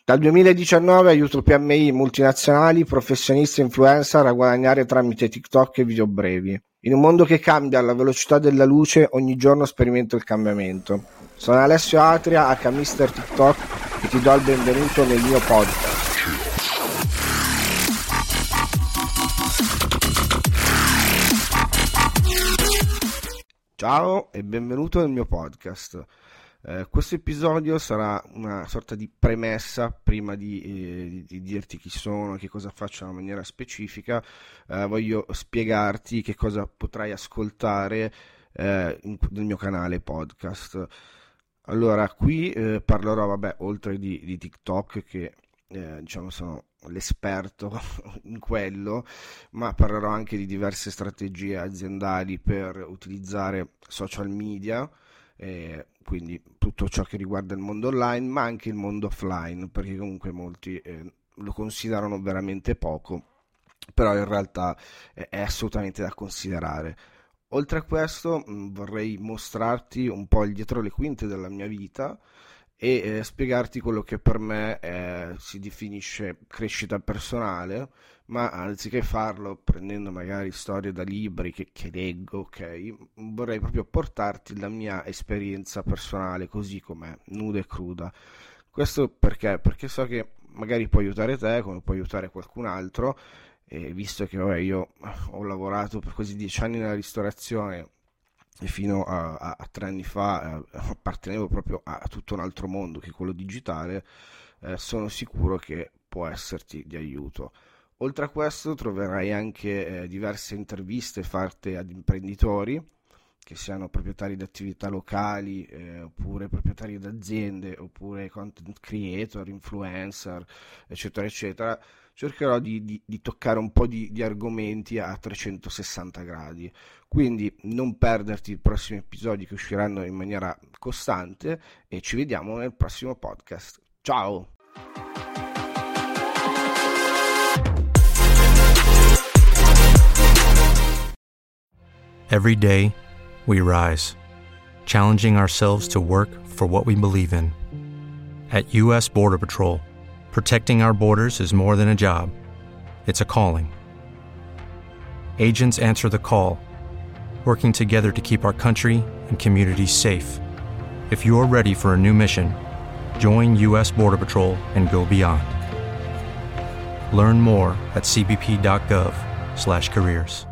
Dal 2019 aiuto PMI, multinazionali, professionisti e influencer a guadagnare tramite TikTok e video brevi. In un mondo che cambia alla velocità della luce, ogni giorno sperimento il cambiamento. Sono Alessio Atria, aka Mister TikTok, e ti do il benvenuto nel mio podcast. Ciao e benvenuto nel mio podcast. Questo episodio sarà una sorta di premessa prima di dirti chi sono, che cosa faccio in una maniera specifica. Voglio spiegarti che cosa potrai ascoltare nel mio canale podcast. Allora, qui parlerò, oltre di TikTok, che diciamo sono l'esperto in quello, ma parlerò anche di diverse strategie aziendali per utilizzare social media, quindi tutto ciò che riguarda il mondo online, ma anche il mondo offline, perché comunque molti lo considerano veramente poco, però in realtà è assolutamente da considerare. Oltre a questo vorrei mostrarti un po' il dietro le quinte della mia vita e spiegarti quello che per me si definisce crescita personale, ma anziché farlo prendendo magari storie da libri che leggo, ok, vorrei proprio portarti la mia esperienza personale così com'è, nuda e cruda. Questo perché? Perché so che magari può aiutare te come può aiutare qualcun altro, e visto che io ho lavorato per quasi 10 anni nella ristorazione e fino a 3 anni fa appartenevo proprio a tutto un altro mondo che è quello digitale, sono sicuro che può esserti di aiuto. Oltre a questo troverai anche diverse interviste fatte ad imprenditori, che siano proprietari di attività locali, oppure proprietari di aziende, oppure content creator, influencer, eccetera, eccetera. Cercherò di toccare un po' di argomenti a 360 gradi, quindi non perderti i prossimi episodi che usciranno in maniera costante e ci vediamo nel prossimo podcast. Ciao! Every day, we rise, challenging ourselves to work for what we believe in. At U.S. Border Patrol, protecting our borders is more than a job. It's a calling. Agents answer the call, working together to keep our country and communities safe. If you're ready for a new mission, join U.S. Border Patrol and go beyond. Learn more at cbp.gov/careers.